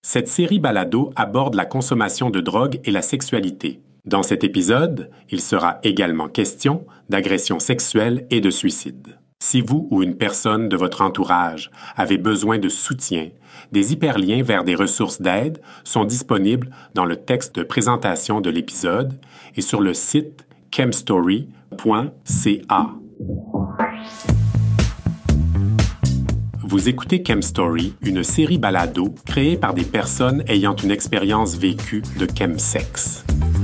Cette série balado aborde la consommation de drogue et la sexualité. Dans cet épisode, il sera également question d'agression sexuelle et de suicide. Si vous ou une personne de votre entourage avez besoin de soutien, des hyperliens vers des ressources d'aide sont disponibles dans le texte de présentation de l'épisode et sur le site chemstory.ca. Vous écoutez Chemstory, une série balado créée par des personnes ayant une expérience vécue de chemsex.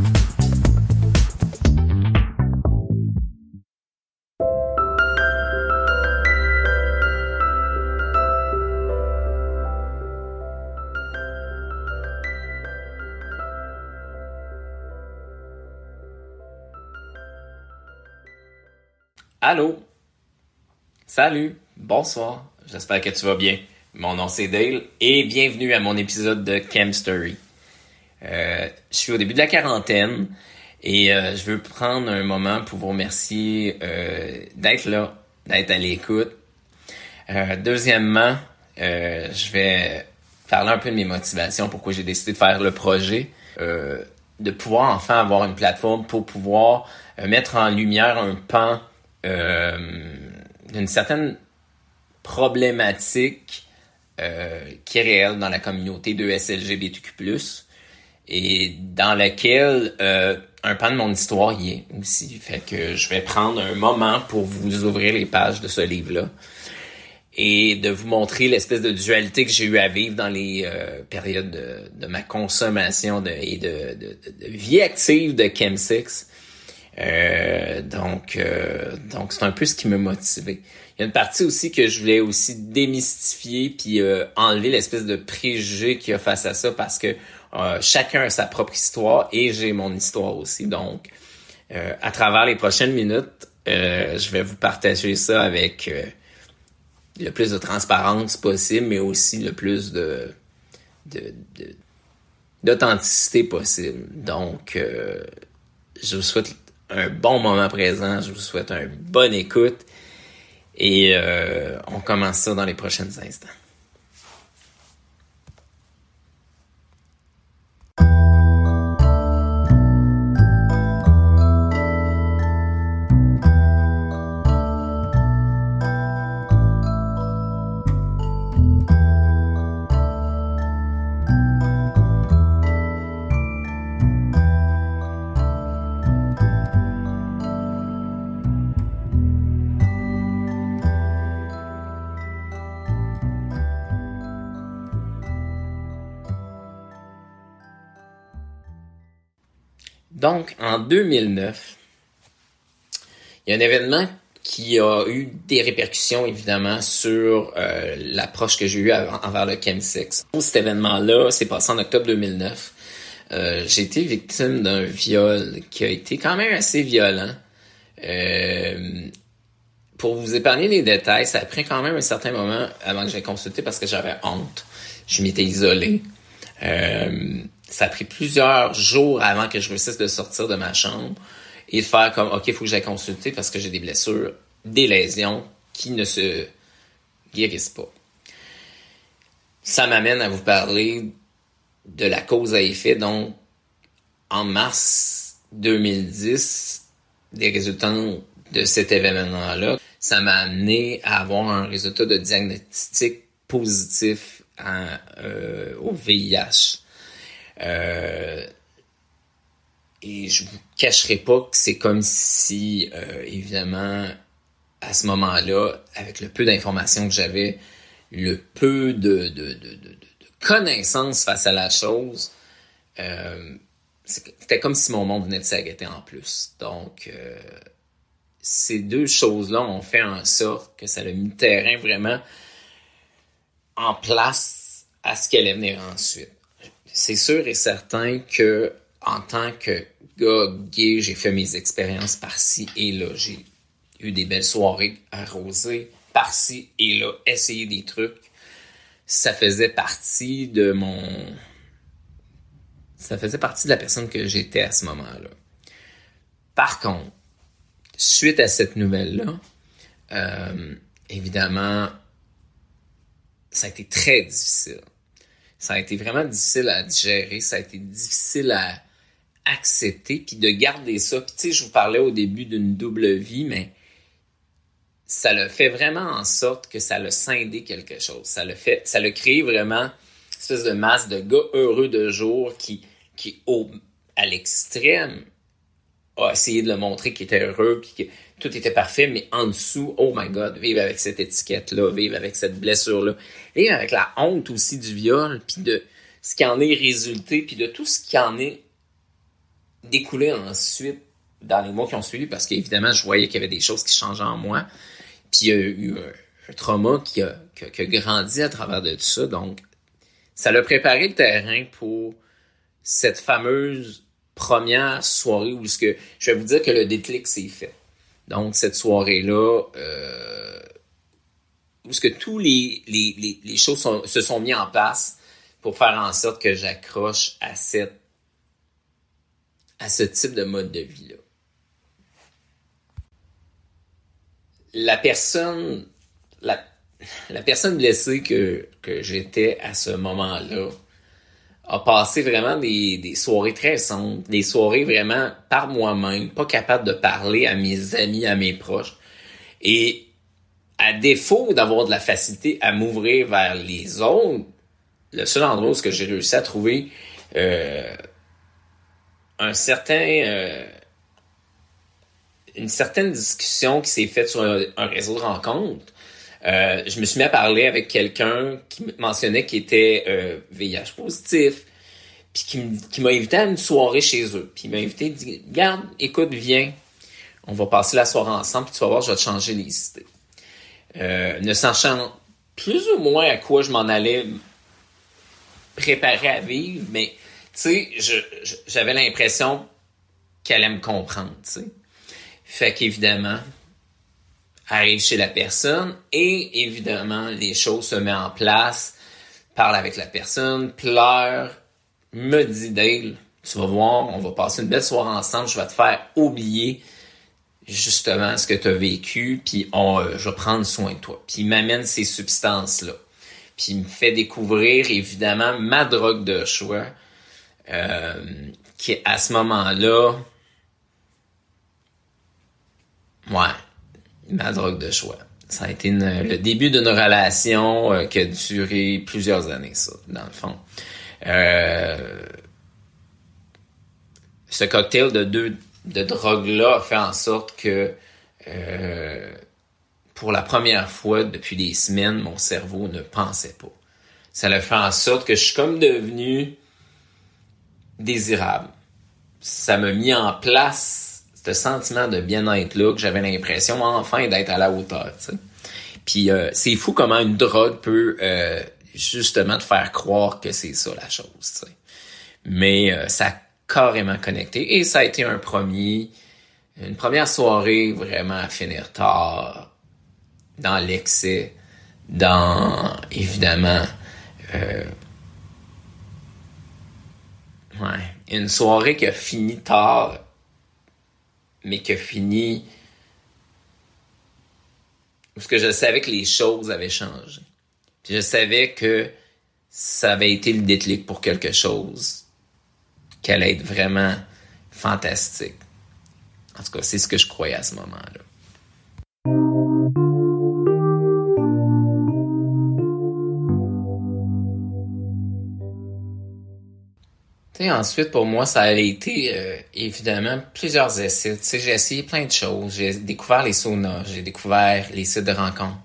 Allô? Salut, bonsoir, j'espère que tu vas bien. Mon nom c'est Dale et bienvenue à mon épisode de Chemstory. Je suis au début de la quarantaine et je veux prendre un moment pour vous remercier d'être là, d'être à l'écoute. Deuxièmement, je vais parler un peu de mes motivations, pourquoi j'ai décidé de faire le projet, de pouvoir enfin avoir une plateforme pour pouvoir mettre en lumière un pan d'une certaine problématique qui est réelle dans la communauté de SLGBTQ+, et dans laquelle un pan de mon histoire y est aussi. Fait que je vais prendre un moment pour vous ouvrir les pages de ce livre-là et de vous montrer l'espèce de dualité que j'ai eu à vivre dans les périodes de ma consommation et de vie active de chemsex. Donc c'est un peu ce qui m'a motivé. Il y a une partie aussi que je voulais aussi démystifier puis enlever l'espèce de préjugé qu'il y a face à ça, parce que chacun a sa propre histoire et j'ai mon histoire aussi. Donc à travers les prochaines minutes, je vais vous partager ça avec le plus de transparence possible, mais aussi le plus d'authenticité possible. Donc je vous souhaite un bon moment présent, je vous souhaite une bonne écoute et on commence ça dans les prochains instants. Donc, en 2009, il y a un événement qui a eu des répercussions, évidemment, sur l'approche que j'ai eue envers le chemsex. Cet événement-là s'est passé en octobre 2009. J'ai été victime d'un viol qui a été quand même assez violent. Pour vous épargner les détails, ça a pris quand même un certain moment avant que j'ai consulté parce que j'avais honte. Je m'étais isolé. Ça a pris plusieurs jours avant que je réussisse de sortir de ma chambre et de faire comme, OK, il faut que j'aille consulter parce que j'ai des blessures, des lésions qui ne se guérissent pas. Ça m'amène à vous parler de la cause à effet. Donc, en mars 2010, des résultats de cet événement-là, ça m'a amené à avoir un résultat de diagnostic positif au VIH. Et je vous cacherai pas que c'est comme si, évidemment, à ce moment-là, avec le peu d'informations que j'avais, le peu de connaissances face à la chose, c'était comme si mon monde venait de s'arrêter en plus. Donc, ces deux choses-là ont fait en sorte que ça a mis le terrain vraiment en place à ce qui allait venir ensuite. C'est sûr et certain que en tant que gars gay, j'ai fait mes expériences par-ci et là. J'ai eu des belles soirées arrosées par-ci et là, essayer des trucs. Ça faisait partie de la personne que j'étais à ce moment-là. Par contre, suite à cette nouvelle-là, évidemment, ça a été très difficile. Ça a été vraiment difficile à digérer, ça a été difficile à accepter, puis de garder ça. Puis tu sais, je vous parlais au début d'une double vie, mais ça l'a fait vraiment en sorte que ça l'a scindé quelque chose. Ça l'a créé vraiment une espèce de masse de gars heureux de jour qui à l'extrême, a essayé de le montrer qu'il était heureux, puis que tout était parfait, mais en dessous, oh my God, vivre avec cette étiquette-là, vivre avec cette blessure-là, vivre avec la honte aussi du viol, puis de ce qui en est résulté, puis de tout ce qui en est découlé ensuite dans les mois qui ont suivi, parce qu'évidemment, je voyais qu'il y avait des choses qui changeaient en moi, puis il y a eu un trauma qui a grandi à travers de tout ça, donc ça l'a préparé le terrain pour cette fameuse première soirée où je vais vous dire que le déclic s'est fait. Donc, cette soirée-là, où tous les choses se sont mis en place pour faire en sorte que j'accroche à ce type de mode de vie-là. La personne blessée que j'étais à ce moment-là a passé vraiment des soirées très sombres, des soirées vraiment par moi-même, pas capable de parler à mes amis, à mes proches. Et à défaut d'avoir de la facilité à m'ouvrir vers les autres, le seul endroit où j'ai réussi à trouver une certaine discussion qui s'est faite sur un réseau de rencontres. Je me suis mis à parler avec quelqu'un qui mentionnait qu'il était VIH positif, puis qui m'a invité à une soirée chez eux. Puis il m'a invité, il dit, regarde, écoute, viens, on va passer la soirée ensemble, puis tu vas voir, je vais te changer les idées. Ne sachant plus ou moins à quoi je m'en allais préparer à vivre, mais tu sais, j'avais l'impression qu'elle allait me comprendre, tu sais. Fait qu'évidemment, arrive chez la personne et évidemment, les choses se mettent en place, parle avec la personne, pleure, me dit, Dale, tu vas voir, on va passer une belle soirée ensemble, je vais te faire oublier justement ce que tu as vécu, puis je vais prendre soin de toi. Puis il m'amène ces substances-là. Puis il me fait découvrir, évidemment, ma drogue de choix, qui à ce moment-là, ma drogue de choix. Ça a été le début d'une relation qui a duré plusieurs années, ça, dans le fond. Ce cocktail de drogue-là a fait en sorte que pour la première fois depuis des semaines, mon cerveau ne pensait pas. Ça a fait en sorte que je suis comme devenu désirable. Ça m'a mis en place ce sentiment de bien-être-là que j'avais l'impression enfin d'être à la hauteur, tu sais. Puis c'est fou comment une drogue peut justement te faire croire que c'est ça la chose, tu sais. Mais ça a carrément connecté et ça a été une première soirée vraiment à finir tard, dans l'excès, dans évidemment une soirée qui a fini tard, mais qui a fini parce que je savais que les choses avaient changé. Puis je savais que ça avait été le déclic pour quelque chose qui allait être vraiment fantastique. En tout cas, c'est ce que je croyais à ce moment-là. T'sais, ensuite, pour moi, ça a été évidemment plusieurs essais. T'sais, j'ai essayé plein de choses. J'ai découvert les saunas, j'ai découvert les sites de rencontres.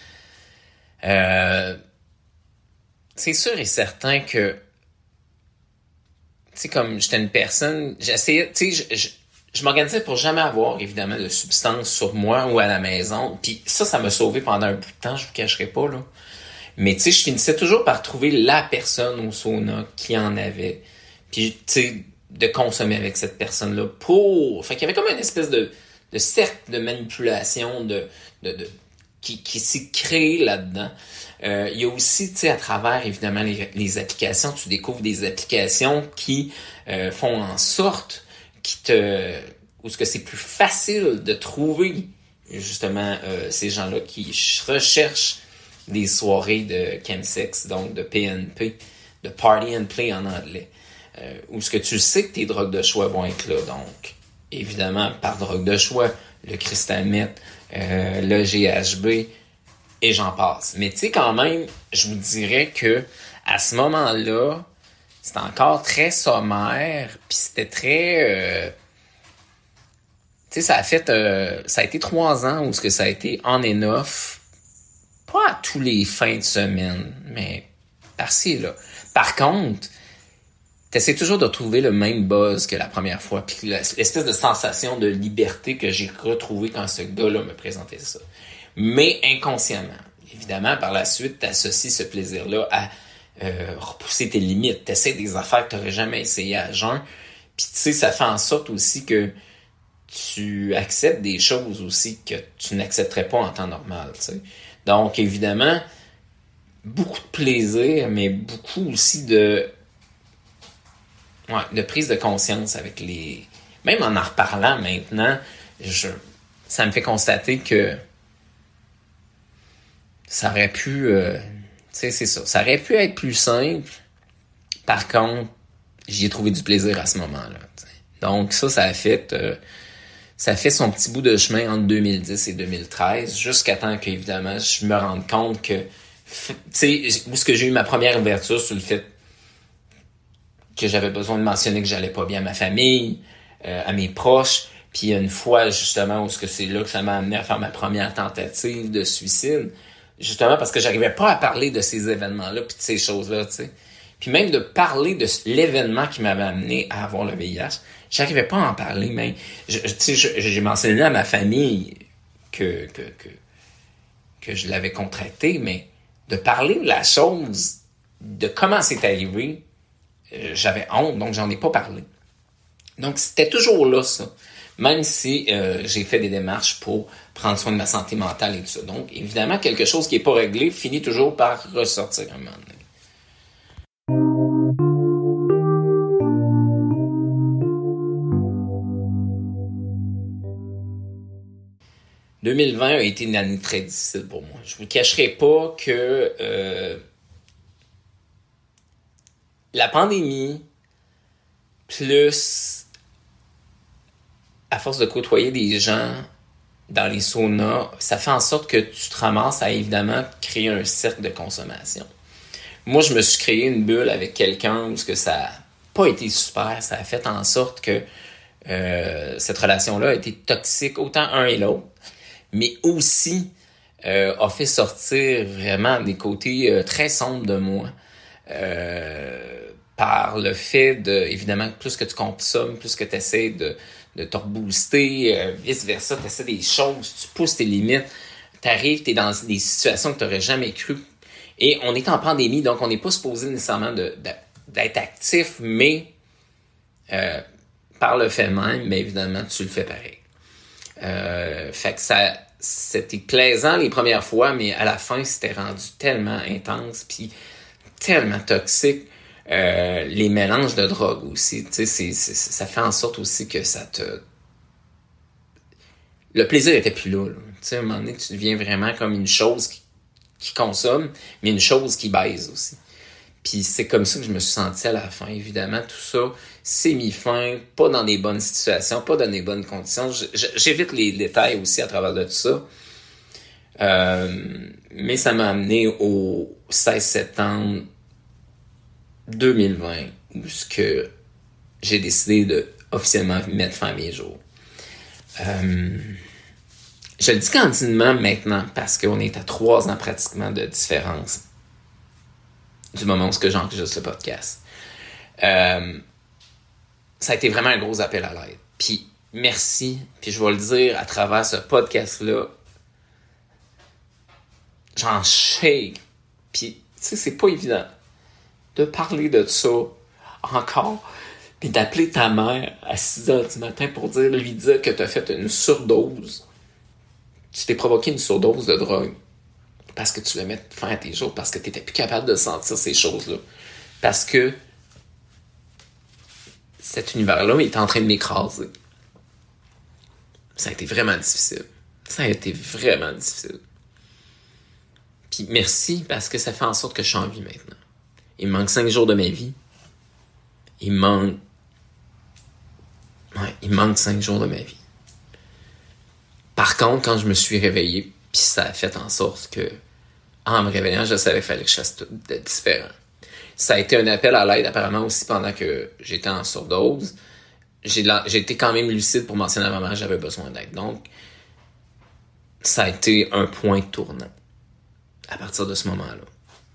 C'est sûr et certain que, tu sais, comme j'étais une personne, j'essayais, tu sais, je m'organisais pour jamais avoir, évidemment, de substances sur moi ou à la maison. Puis ça m'a sauvé pendant un bout de temps, je vous cacherai pas, là. Mais tu sais, je finissais toujours par trouver la personne au sauna qui en avait. Puis, tu sais, de consommer avec cette personne-là Fait qu'il y avait comme une espèce de cercle de manipulation qui s'est créé là-dedans. Il y a aussi, tu sais, à travers, évidemment, les applications, tu découvres des applications qui font en sorte où est-ce que c'est plus facile de trouver, justement, ces gens-là qui recherchent des soirées de chemsex, donc de PNP. de party and play en anglais, où ce que tu sais que tes drogues de choix vont être là. Donc, évidemment, par drogue de choix, le crystal meth, le GHB, et j'en passe. Mais tu sais, quand même, je vous dirais que à ce moment-là, c'était encore très sommaire, puis c'était très... tu sais, ça a été 3 ans où ce que ça a été on and off, pas à tous les fins de semaine, mais par-ci et là. Par contre, t'essaies toujours de trouver le même buzz que la première fois, puis l'espèce de sensation de liberté que j'ai retrouvée quand ce gars-là me présentait ça. Mais inconsciemment. Évidemment, par la suite, t'associes ce plaisir-là à repousser tes limites. T'essaies des affaires que t'aurais jamais essayé à jeun. Puis tu sais, ça fait en sorte aussi que tu acceptes des choses aussi que tu n'accepterais pas en temps normal, tu sais. Donc, évidemment, beaucoup de plaisir, mais beaucoup aussi de prise de conscience avec les... Même en reparlant maintenant, ça me fait constater que ça aurait pu... tu sais, c'est ça. Ça aurait pu être plus simple. Par contre, j'y ai trouvé du plaisir à ce moment-là. T'sais. Donc ça a fait son petit bout de chemin entre 2010 et 2013, jusqu'à temps qu'évidemment, je me rende compte que, tu sais, où est-ce que j'ai eu ma première ouverture sur le fait que j'avais besoin de mentionner que j'allais pas bien à ma famille, à mes proches. Puis une fois, justement, où est-ce que c'est là que ça m'a amené à faire ma première tentative de suicide, justement parce que j'arrivais pas à parler de ces événements-là puis de ces choses-là, tu sais. Puis même de parler de l'événement qui m'avait amené à avoir le VIH, j'arrivais pas à en parler, mais j'ai mentionné à ma famille que je l'avais contracté, mais de parler de la chose, de comment c'est arrivé, j'avais honte, donc j'en ai pas parlé. Donc c'était toujours là, ça. Même si j'ai fait des démarches pour prendre soin de ma santé mentale et tout ça. Donc, évidemment, quelque chose qui n'est pas réglé finit toujours par ressortir un moment donné. « 2020 a été une année très difficile pour moi. Je vous cacherai pas que la pandémie, plus à force de côtoyer des gens dans les saunas, ça fait en sorte que tu te ramasses à évidemment créer un cercle de consommation. Moi, je me suis créé une bulle avec quelqu'un où ça n'a pas été super. Ça a fait en sorte que cette relation-là a été toxique, autant un et l'autre, mais aussi a fait sortir vraiment des côtés très sombres de moi. Par le fait de, évidemment, plus que tu consommes, plus que tu essaies de te rebooster, vice-versa, tu essaies des choses, tu pousses tes limites, t'arrives, t'es dans des situations que tu n'aurais jamais cru. Et on est en pandémie, donc on n'est pas supposé nécessairement d'être actif, mais par le fait même, mais évidemment, tu le fais pareil. Fait que c'était plaisant les premières fois, mais à la fin, c'était rendu tellement intense, puis tellement toxique. Les mélanges de drogue aussi, tu sais, ça fait en sorte aussi que le plaisir était plus là. Tu sais, à un moment donné, tu deviens vraiment comme une chose qui consomme, mais une chose qui baise aussi. Puis c'est comme ça que je me suis senti à la fin. Évidemment, tout ça s'est mis fin, pas dans des bonnes situations, pas dans des bonnes conditions. J'évite les détails aussi à travers de tout ça. Mais ça m'a amené au 16 septembre 2020, où j'ai décidé de officiellement mettre fin à mes jours. Je le dis candidement maintenant parce qu'on est à 3 ans pratiquement de différence du moment où j'enregistre le podcast. Ça a été vraiment un gros appel à l'aide. Puis merci, puis je vais le dire à travers ce podcast-là, j'en shake. Puis tu sais, c'est pas évident de parler de ça encore, puis d'appeler ta mère à 6h du matin pour lui dire que tu as fait une surdose. Tu t'es provoqué une surdose de drogue parce que tu voulais mettre fin à tes jours, parce que tu n'étais plus capable de sentir ces choses-là. Parce que cet univers-là est en train de m'écraser. Ça a été vraiment difficile. Ça a été vraiment difficile. Puis merci, parce que ça fait en sorte que je suis en vie maintenant. Il me manque 5 jours de ma vie. Il me manque 5 jours de ma vie. Par contre, quand je me suis réveillé, puis ça a fait en sorte que, en me réveillant, je savais qu'il fallait que je fasse tout d'être différent. Ça a été un appel à l'aide, apparemment, aussi pendant que j'étais en surdose. J'ai été quand même lucide pour mentionner à ma mère que j'avais besoin d'aide. Donc, ça a été un point tournant à partir de ce moment-là.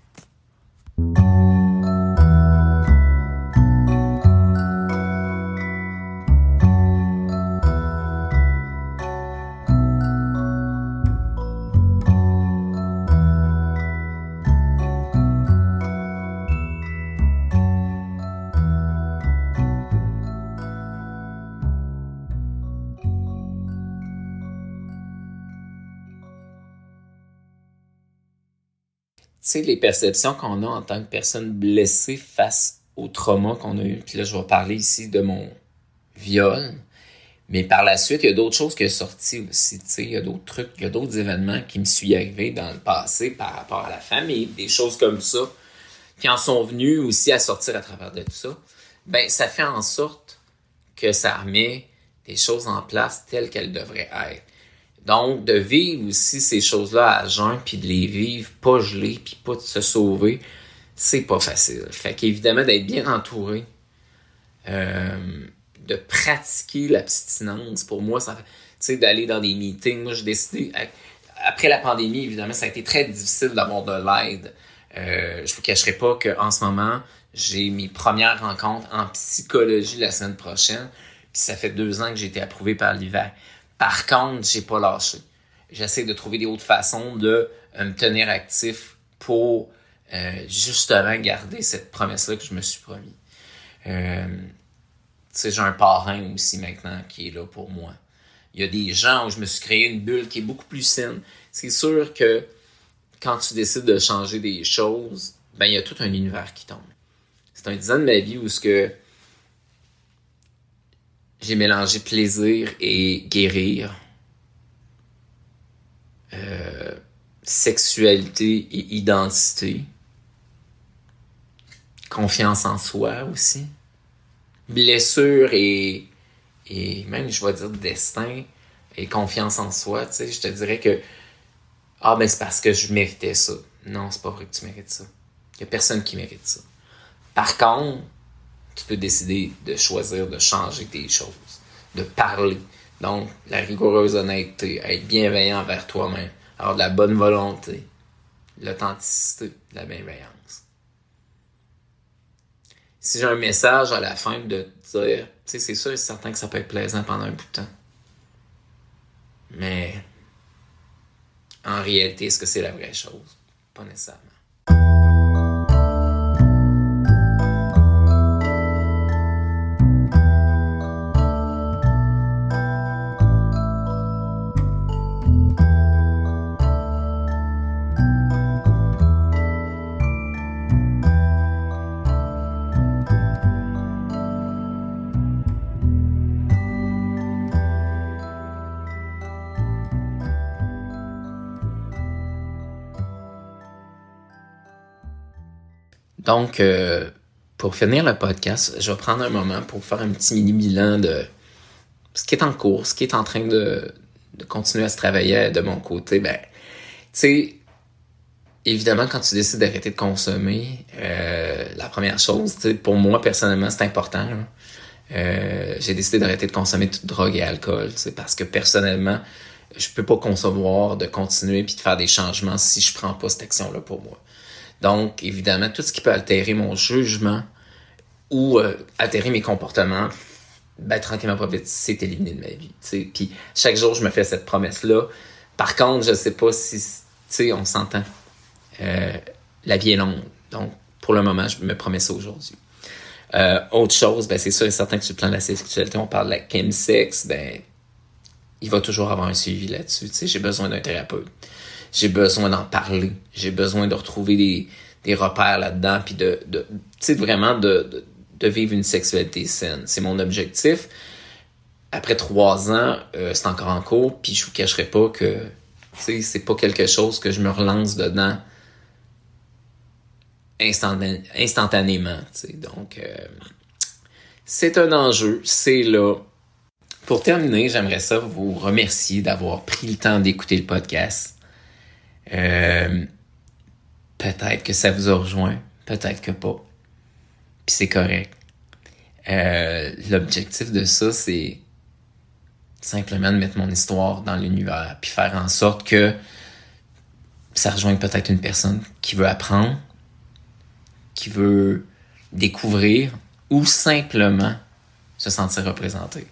Tu sais, les perceptions qu'on a en tant que personne blessée face au trauma qu'on a eu. Puis là, je vais parler ici de mon viol. Mais par la suite, il y a d'autres choses qui sont sorties aussi. Tu sais, il y a d'autres trucs, il y a d'autres événements qui me sont arrivés dans le passé par rapport à la famille, des choses comme ça, qui en sont venus aussi à sortir à travers de tout ça. Ben, ça fait en sorte que ça remet les choses en place telles qu'elles devraient être. Donc, de vivre aussi ces choses-là à jeun, puis de les vivre pas gelées, puis pas de se sauver, c'est pas facile. Fait qu'évidemment, d'être bien entouré, de pratiquer l'abstinence, pour moi, ça, tu sais, d'aller dans des meetings. Moi, j'ai décidé, après la pandémie, évidemment, ça a été très difficile d'avoir de l'aide. Je vous cacherai pas qu'en ce moment, j'ai mes premières rencontres en psychologie la semaine prochaine, puis ça fait 2 ans que j'ai été approuvé par l'hiver. Par contre, j'ai pas lâché. J'essaie de trouver des autres façons de me tenir actif pour justement garder cette promesse-là que je me suis promis. Tu sais, j'ai un parrain aussi maintenant qui est là pour moi. Il y a des gens où je me suis créé une bulle qui est beaucoup plus saine. C'est sûr que quand tu décides de changer des choses, ben il y a tout un univers qui tombe. C'est un 10 ans de ma vie où ce que j'ai mélangé plaisir et guérir, sexualité et identité, confiance en soi aussi, blessure et même, je vais dire, destin et confiance en soi. Tu sais, je te dirais que ben c'est parce que je méritais ça. Non, c'est pas vrai que tu mérites ça. Il y a personne qui mérite ça. Par contre, tu peux décider de choisir de changer tes choses, de parler. Donc, la rigoureuse honnêteté, être bienveillant envers toi-même, avoir de la bonne volonté, l'authenticité, la bienveillance. Si j'ai un message à la fin de te dire, tu sais, c'est sûr et certain que ça peut être plaisant pendant un bout de temps. Mais, en réalité, est-ce que c'est la vraie chose? Pas nécessairement. Donc, pour finir le podcast, je vais prendre un moment pour faire un petit mini-bilan de ce qui est en cours, ce qui est en train de continuer à se travailler de mon côté. Ben, tu sais, évidemment, quand tu décides d'arrêter de consommer, la première chose, tu sais, pour moi, personnellement, c'est important. J'ai décidé d'arrêter de consommer toute drogue et alcool, tu sais, parce que personnellement, je peux pas concevoir de continuer puis de faire des changements si je prends pas cette action-là pour moi. Donc, évidemment, tout ce qui peut altérer mon jugement ou altérer mes comportements, ben, tranquillement, pas vite, c'est éliminé de ma vie. T'sais. Puis, chaque jour, je me fais cette promesse-là. Par contre, je sais pas si, tu sais, on s'entend. La vie est longue. Donc, pour le moment, je me promets ça aujourd'hui. Autre chose, ben, c'est sûr et certain que sur le plan de la sexualité, on parle de la chemsex, ben, il va toujours avoir un suivi là-dessus. Tu sais, j'ai besoin d'un thérapeute. J'ai besoin d'en parler. J'ai besoin de retrouver des repères là-dedans, puis tu sais, vraiment de vivre une sexualité saine. C'est mon objectif. Après 3 ans, c'est encore en cours, puis je vous cacherai pas que, tu sais, c'est pas quelque chose que je me relance dedans instantanément. T'sais. Donc, c'est un enjeu, c'est là. Pour terminer, j'aimerais ça vous remercier d'avoir pris le temps d'écouter le podcast. Peut-être que ça vous a rejoint, peut-être que pas. Puis c'est correct. L'objectif de ça, c'est simplement de mettre mon histoire dans l'univers, puis faire en sorte que ça rejoigne peut-être une personne qui veut apprendre, qui veut découvrir, ou simplement se sentir représenté.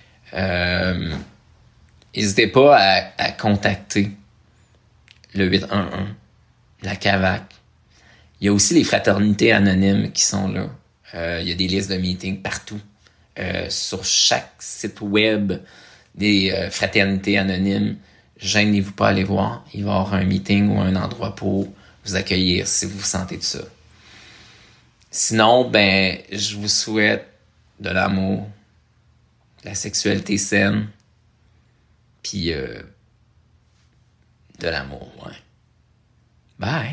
N'hésitez pas à contacter le 811, la CAVAC. Il y a aussi les fraternités anonymes qui sont là. Il y a des listes de meetings partout. Sur chaque site web des fraternités anonymes, gênez-vous pas à aller voir. Il va y avoir un meeting ou un endroit pour vous accueillir si vous vous sentez de ça. Sinon, je vous souhaite de l'amour, de la sexualité saine, puis de l'amour, ouais. Bye!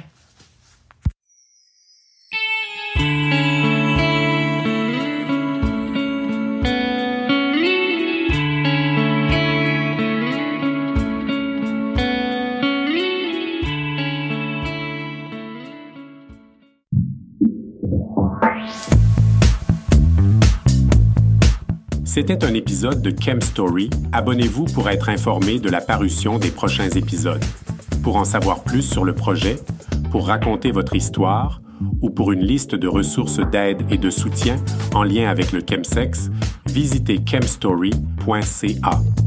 C'était un épisode de Chem Story. Abonnez-vous pour être informé de la parution des prochains épisodes. Pour en savoir plus sur le projet, pour raconter votre histoire ou pour une liste de ressources d'aide et de soutien en lien avec le chemsex, visitez chemstory.ca.